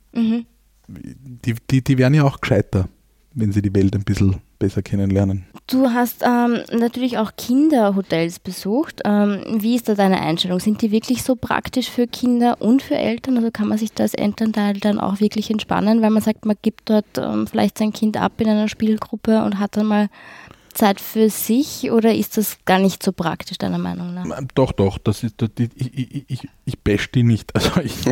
die werden ja auch gescheiter, wenn sie die Welt ein bisschen besser kennenlernen. Du hast natürlich auch Kinderhotels besucht. Wie ist da deine Einstellung? Sind die wirklich so praktisch für Kinder und für Eltern? Also kann man sich da als Elternteil dann auch wirklich entspannen, weil man sagt, man gibt dort vielleicht sein Kind ab in einer Spielgruppe und hat dann mal Zeit für sich, oder ist das gar nicht so praktisch, deiner Meinung nach? Doch, das ist, ich bash die nicht. Also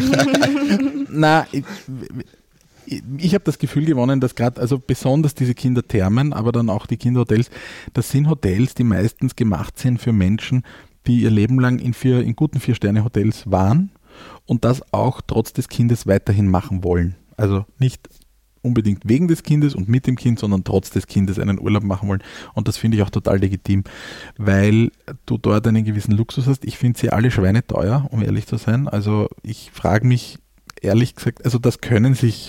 ich habe das Gefühl gewonnen, dass gerade, also besonders diese Kinderthermen, aber dann auch die Kinderhotels, das sind Hotels, die meistens gemacht sind für Menschen, die ihr Leben lang in guten 4-Sterne-Hotels waren und das auch trotz des Kindes weiterhin machen wollen. Also nicht unbedingt wegen des Kindes und mit dem Kind, sondern trotz des Kindes einen Urlaub machen wollen. Und das finde ich auch total legitim, weil du dort einen gewissen Luxus hast. Ich finde sie alle schweineteuer, um ehrlich zu sein. Also ich frage mich ehrlich gesagt, also das können sich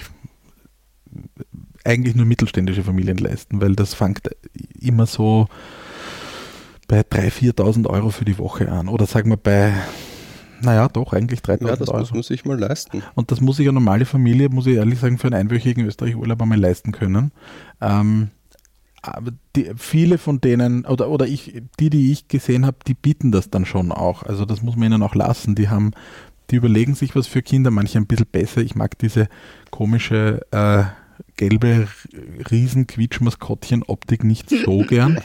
eigentlich nur mittelständische Familien leisten, weil das fängt immer so bei 3.000, 4.000 Euro für die Woche an. Oder sagen wir bei, naja, doch, eigentlich 3.000 Euro. Ja, das muss man sich mal leisten. Und das muss sich eine normale Familie, muss ich ehrlich sagen, für einen einwöchigen Österreich-Urlaub einmal leisten können. Aber viele von denen, oder die ich gesehen habe, die bieten das dann schon auch. Also das muss man ihnen auch lassen. Die überlegen sich was für Kinder, manche ein bisschen besser. Ich mag diese komische gelbe Riesen-Quietsch-Maskottchen-Optik nicht so gern.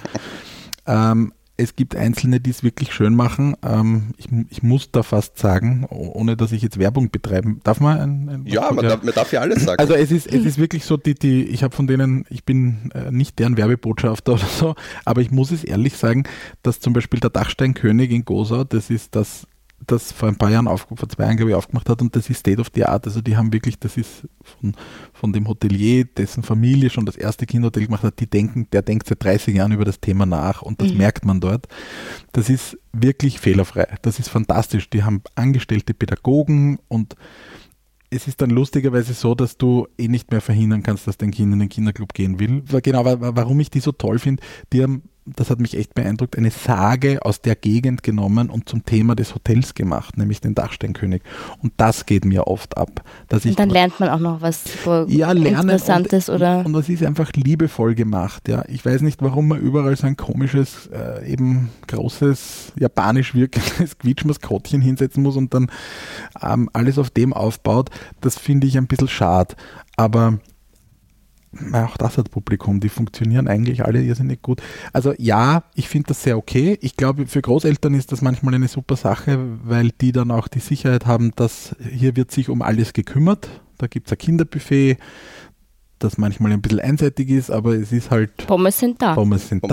Es gibt Einzelne, die es wirklich schön machen. Ich muss da fast sagen, ohne dass ich jetzt Werbung betreiben. Darf man? Man darf ja alles sagen. Also es ist wirklich so, ich habe von denen, ich bin nicht deren Werbebotschafter oder so, aber ich muss es ehrlich sagen, dass zum Beispiel der Dachsteinkönig in Gosau, das ist das vor ein paar Jahren, vor 2 Jahren, glaube ich, aufgemacht hat, und das ist State of the Art. Also die haben wirklich, das ist von dem Hotelier, dessen Familie schon das erste Kinderhotel gemacht hat, der denkt seit 30 Jahren über das Thema nach und das merkt man dort. Das ist wirklich fehlerfrei. Das ist fantastisch. Die haben angestellte Pädagogen und es ist dann lustigerweise so, dass du nicht mehr verhindern kannst, dass dein Kind in den Kinderclub gehen will. Genau, warum ich die so toll finde, die haben, das hat mich echt beeindruckt, eine Sage aus der Gegend genommen und zum Thema des Hotels gemacht, nämlich den Dachsteinkönig. Und das geht mir oft ab. Und dann lernt man auch noch was Interessantes. Und das ist einfach liebevoll gemacht. Ja. Ich weiß nicht, warum man überall so ein komisches, eben großes, japanisch wirkendes Quietschmaskottchen hinsetzen muss und dann alles auf dem aufbaut. Das finde ich ein bisschen schade. Aber auch das hat Publikum, die funktionieren eigentlich alle irrsinnig gut. Also ja, ich finde das sehr okay. Ich glaube, für Großeltern ist das manchmal eine super Sache, weil die dann auch die Sicherheit haben, dass hier wird sich um alles gekümmert. Da gibt es ein Kinderbuffet, das manchmal ein bisschen einseitig ist, aber es ist halt... Pommes sind da.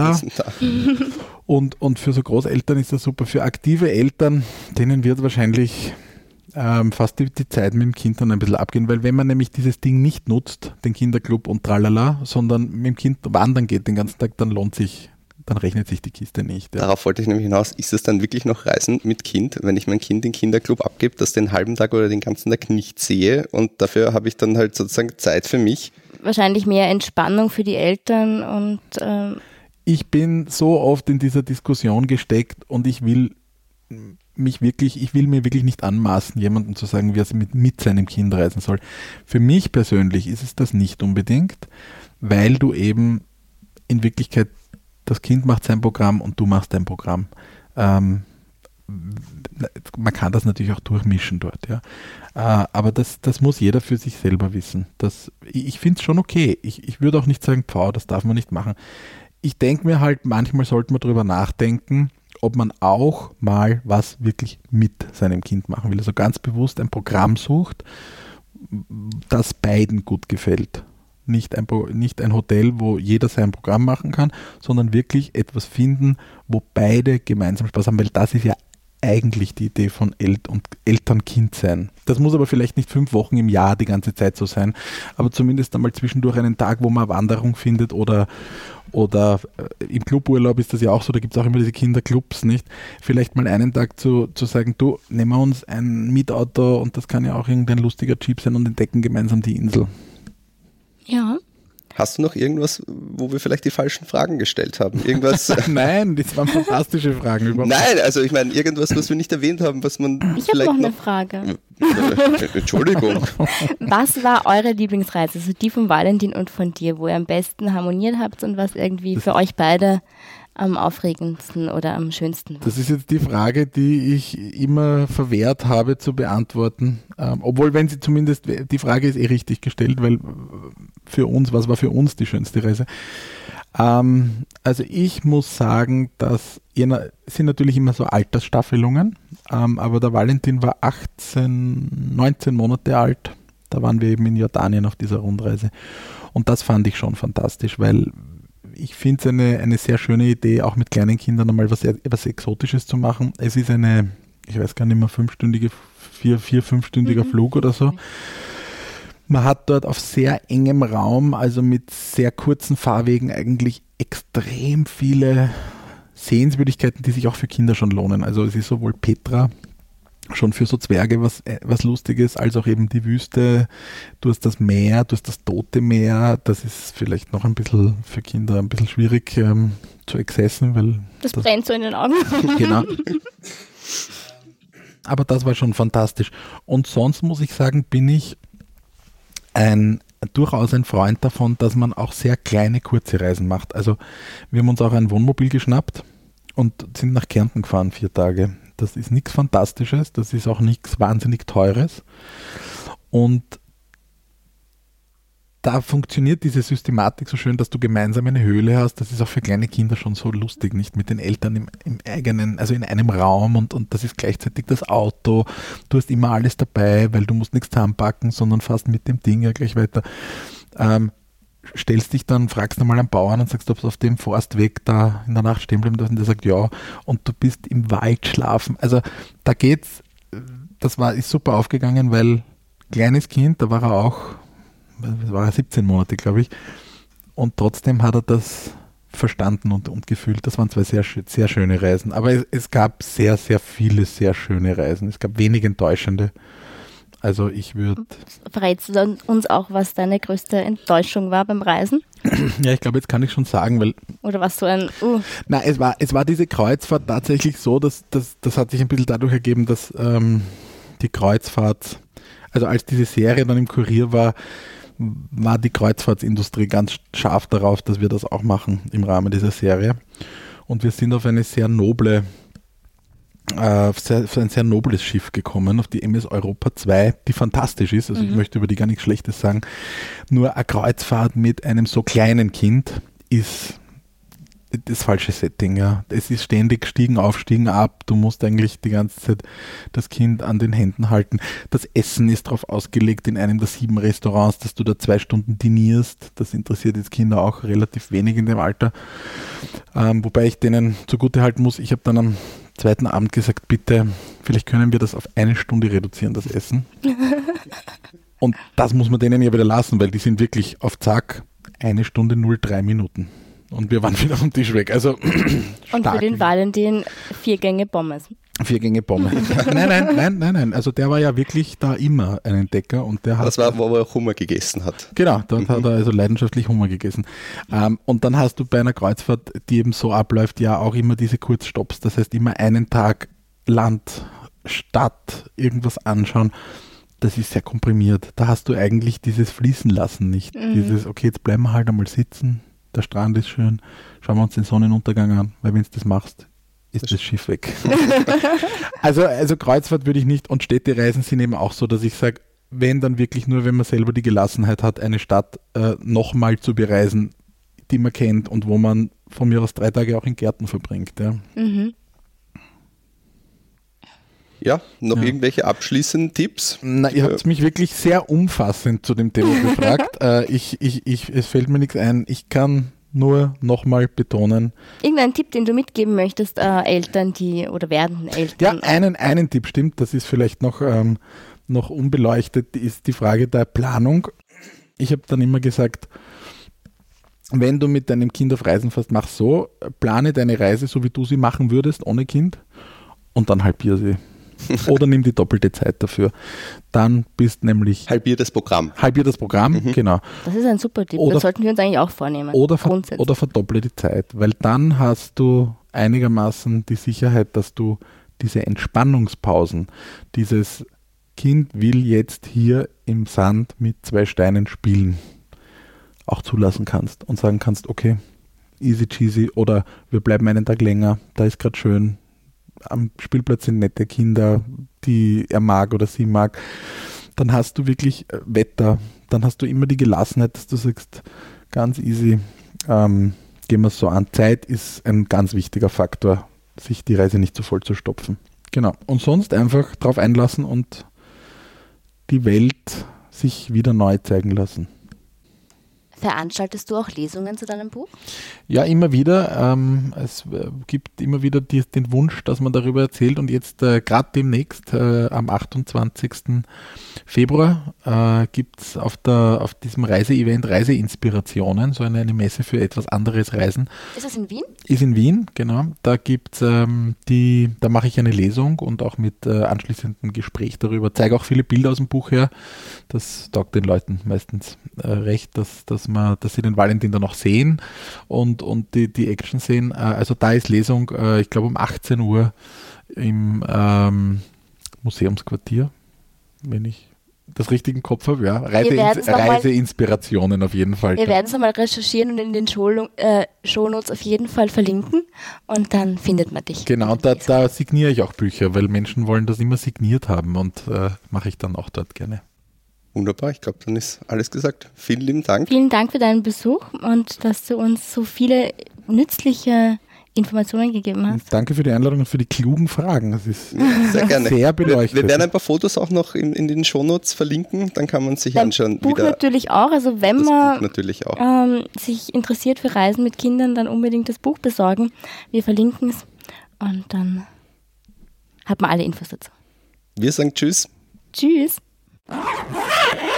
Und für so Großeltern ist das super. Für aktive Eltern, denen wird wahrscheinlich fast die Zeit mit dem Kind dann ein bisschen abgehen, weil wenn man nämlich dieses Ding nicht nutzt, den Kinderclub und tralala, sondern mit dem Kind wandern geht den ganzen Tag, dann rechnet sich die Kiste nicht. Ja. Darauf wollte ich nämlich hinaus, ist es dann wirklich noch Reisen mit Kind, wenn ich mein Kind in den Kinderclub abgebe, das den halben Tag oder den ganzen Tag nicht sehe und dafür habe ich dann halt sozusagen Zeit für mich? Wahrscheinlich mehr Entspannung für die Eltern und Ich bin so oft in dieser Diskussion gesteckt und ich will mir wirklich nicht anmaßen, jemandem zu sagen, wie er mit seinem Kind reisen soll. Für mich persönlich ist es das nicht unbedingt, weil du eben in Wirklichkeit, das Kind macht sein Programm und du machst dein Programm. Man kann das natürlich auch durchmischen dort, ja. Aber das muss jeder für sich selber wissen. Ich finde es schon okay. Ich würde auch nicht sagen, das darf man nicht machen. Ich denke mir halt, manchmal sollte man darüber nachdenken, ob man auch mal was wirklich mit seinem Kind machen will. Also ganz bewusst ein Programm sucht, das beiden gut gefällt. Nicht ein Hotel, wo jeder sein Programm machen kann, sondern wirklich etwas finden, wo beide gemeinsam Spaß haben, weil das ist ja eigentlich die Idee von Eltern-Kind sein. Das muss aber vielleicht nicht 5 Wochen im Jahr die ganze Zeit so sein, aber zumindest einmal zwischendurch einen Tag, wo man eine Wanderung findet oder im Cluburlaub ist das ja auch so, da gibt es auch immer diese Kinderclubs, nicht? Vielleicht mal einen Tag zu sagen, du, nehmen wir uns ein Mietauto und das kann ja auch irgendein lustiger Jeep sein und entdecken gemeinsam die Insel. Ja. Hast du noch irgendwas, wo wir vielleicht die falschen Fragen gestellt haben? Irgendwas? Nein, das waren fantastische Fragen. Nein, also ich meine, irgendwas, was wir nicht erwähnt haben, was man Ich habe noch eine Frage. Entschuldigung. Was war eure Lieblingsreise, also die von Valentin und von dir, wo ihr am besten harmoniert habt und was irgendwie für euch beide am aufregendsten oder am schönsten war? Das ist jetzt die Frage, die ich immer verwehrt habe zu beantworten. Obwohl, wenn sie zumindest, die Frage ist richtig gestellt, weil was war für uns die schönste Reise? Also ich muss sagen, das sind natürlich immer so Altersstaffelungen, aber der Valentin war 19 Monate alt. Da waren wir eben in Jordanien auf dieser Rundreise. Und das fand ich schon fantastisch, weil ich finde es eine sehr schöne Idee, auch mit kleinen Kindern einmal was Exotisches zu machen. Es ist ich weiß gar nicht mehr, 5-stündiger Flug oder so. Man hat dort auf sehr engem Raum, also mit sehr kurzen Fahrwegen eigentlich extrem viele Sehenswürdigkeiten, die sich auch für Kinder schon lohnen. Also es ist sowohl Petra, schon für so Zwerge was Lustiges, als auch eben die Wüste. Du hast das Meer, du hast das Tote Meer. Das ist vielleicht noch ein bisschen für Kinder ein bisschen schwierig zu accessen, weil das brennt so in den Augen. Genau. Aber das war schon fantastisch. Und sonst muss ich sagen, bin ich durchaus ein Freund davon, dass man auch sehr kleine, kurze Reisen macht. Also wir haben uns auch ein Wohnmobil geschnappt und sind nach Kärnten gefahren 4 Tage. Das ist nichts Fantastisches, das ist auch nichts wahnsinnig Teures. Und da funktioniert diese Systematik so schön, dass du gemeinsam eine Höhle hast. Das ist auch für kleine Kinder schon so lustig, nicht mit den Eltern im eigenen, also in einem Raum und das ist gleichzeitig das Auto. Du hast immer alles dabei, weil du musst nichts zusammenpacken, sondern fährst mit dem Ding ja gleich weiter. Stellst dich dann, fragst einmal einen Bauern und sagst, ob es auf dem Forstweg da in der Nacht stehen bleiben darf und der sagt ja und du bist im Wald schlafen. Also da geht's, ist super aufgegangen, weil kleines Kind, da war er 17 Monate, glaube ich, und trotzdem hat er das verstanden und gefühlt. Das waren 2 sehr, sehr schöne Reisen, aber es gab sehr, sehr viele sehr schöne Reisen. Es gab wenig enttäuschende. Also ich würde... Verrätst du uns auch, was deine größte Enttäuschung war beim Reisen? Ja, ich glaube, jetzt kann ich schon sagen, weil... Oder was so ein... Nein, es war diese Kreuzfahrt tatsächlich so, dass das hat sich ein bisschen dadurch ergeben, dass die Kreuzfahrt, also als diese Serie dann im Kurier war die Kreuzfahrtsindustrie ganz scharf darauf, dass wir das auch machen im Rahmen dieser Serie. Und wir sind auf eine sehr ein sehr nobles Schiff gekommen, auf die MS Europa 2, die fantastisch ist, also ich möchte über die gar nichts Schlechtes sagen, nur eine Kreuzfahrt mit einem so kleinen Kind ist das falsche Setting, ja. Es ist ständig Stiegen auf, Stiegen ab, du musst eigentlich die ganze Zeit das Kind an den Händen halten. Das Essen ist darauf ausgelegt in einem der 7 Restaurants, dass du da 2 Stunden dinierst, das interessiert jetzt Kinder auch relativ wenig in dem Alter, wobei ich denen zugute halten muss, ich habe dann am 2. Abend gesagt, bitte, vielleicht können wir das auf 1 Stunde reduzieren, das Essen. Und das muss man denen ja wieder lassen, weil die sind wirklich auf Zack 1 Stunde 03 Minuten. Und wir waren wieder vom Tisch weg. Also und für den Valentin 4 Gänge Pommes. 4 Gänge Pommes. Nein. Also der war ja wirklich da immer ein Entdecker. Und der hat, das war, wo er auch Hummer gegessen hat. Genau, dort hat er also leidenschaftlich Hummer gegessen. Und dann hast du bei einer Kreuzfahrt, die eben so abläuft, ja auch immer diese Kurzstopps. Das heißt immer einen Tag Land, Stadt, irgendwas anschauen. Das ist sehr komprimiert. Da hast du eigentlich dieses Fließen lassen nicht. Dieses, okay, jetzt bleiben wir halt einmal sitzen. Der Strand ist schön. Schauen wir uns den Sonnenuntergang an. Weil wenn du das machst, ist das Schiff weg. also Kreuzfahrt würde ich nicht, und Städtereisen sind eben auch so, dass ich sage, wenn dann wirklich nur, wenn man selber die Gelassenheit hat, eine Stadt nochmal zu bereisen, die man kennt und wo man von mir aus 3 Tage auch in Gärten verbringt. Ja, ja noch irgendwelche abschließenden Tipps? Na, ihr habt mich wirklich sehr umfassend zu dem Thema gefragt. Es fällt mir nichts ein. Ich kann nur nochmal betonen. Irgendein Tipp, den du mitgeben möchtest, Eltern, die oder werdenden Eltern? Ja, einen Tipp, stimmt, das ist vielleicht noch unbeleuchtet, ist die Frage der Planung. Ich habe dann immer gesagt, wenn du mit deinem Kind auf Reisen fährst, mach so, plane deine Reise so, wie du sie machen würdest, ohne Kind, und dann halbier sie. Oder nimm die doppelte Zeit dafür. Dann bist nämlich... Halbier das Programm, genau. Das ist ein super Tipp, das sollten wir uns eigentlich auch vornehmen. Oder verdopple die Zeit, weil dann hast du einigermaßen die Sicherheit, dass du diese Entspannungspausen, dieses Kind will jetzt hier im Sand mit 2 Steinen spielen, auch zulassen kannst und sagen kannst, okay, easy cheesy, oder wir bleiben einen Tag länger, da ist gerade schön, am Spielplatz sind nette Kinder, die er mag oder sie mag. Dann hast du wirklich Wetter, dann hast du immer die Gelassenheit, dass du sagst, ganz easy, gehen wir es so an. Zeit ist ein ganz wichtiger Faktor, sich die Reise nicht zu voll zu stopfen. Genau. Und sonst einfach drauf einlassen und die Welt sich wieder neu zeigen lassen. Veranstaltest du auch Lesungen zu deinem Buch? Ja, immer wieder. Es gibt immer wieder den Wunsch, dass man darüber erzählt, und jetzt gerade demnächst, am 28. Februar, gibt es auf diesem Reiseevent Reiseinspirationen, so eine Messe für etwas anderes Reisen. Ist das in Wien? Ist in Wien, genau. Da gibt's da mache ich eine Lesung und auch mit anschließendem Gespräch darüber. Zeige auch viele Bilder aus dem Buch her. Das taugt den Leuten meistens recht, dass sie den Valentin dann auch sehen und die Action sehen. Also da ist Lesung, ich glaube um 18 Uhr im Museumsquartier, wenn ich das richtig im Kopf habe. Ja. Reiseinspirationen auf jeden Fall. Wir werden es einmal recherchieren und in den Shownotes auf jeden Fall verlinken, und dann findet man dich. Genau, da signiere ich auch Bücher, weil Menschen wollen das immer signiert haben, und mache ich dann auch dort gerne. Wunderbar, ich glaube, dann ist alles gesagt. Vielen lieben Dank. Vielen Dank für deinen Besuch und dass du uns so viele nützliche Informationen gegeben hast. Danke für die Einladung und für die klugen Fragen. Das ist sehr gerne. Sehr beleuchtet. Wir werden ein paar Fotos auch noch in den Shownotes verlinken, dann kann man sich anschauen. Buch natürlich auch, also wenn man sich interessiert für Reisen mit Kindern, dann unbedingt das Buch besorgen. Wir verlinken es und dann hat man alle Infos dazu. Wir sagen Tschüss. Tschüss.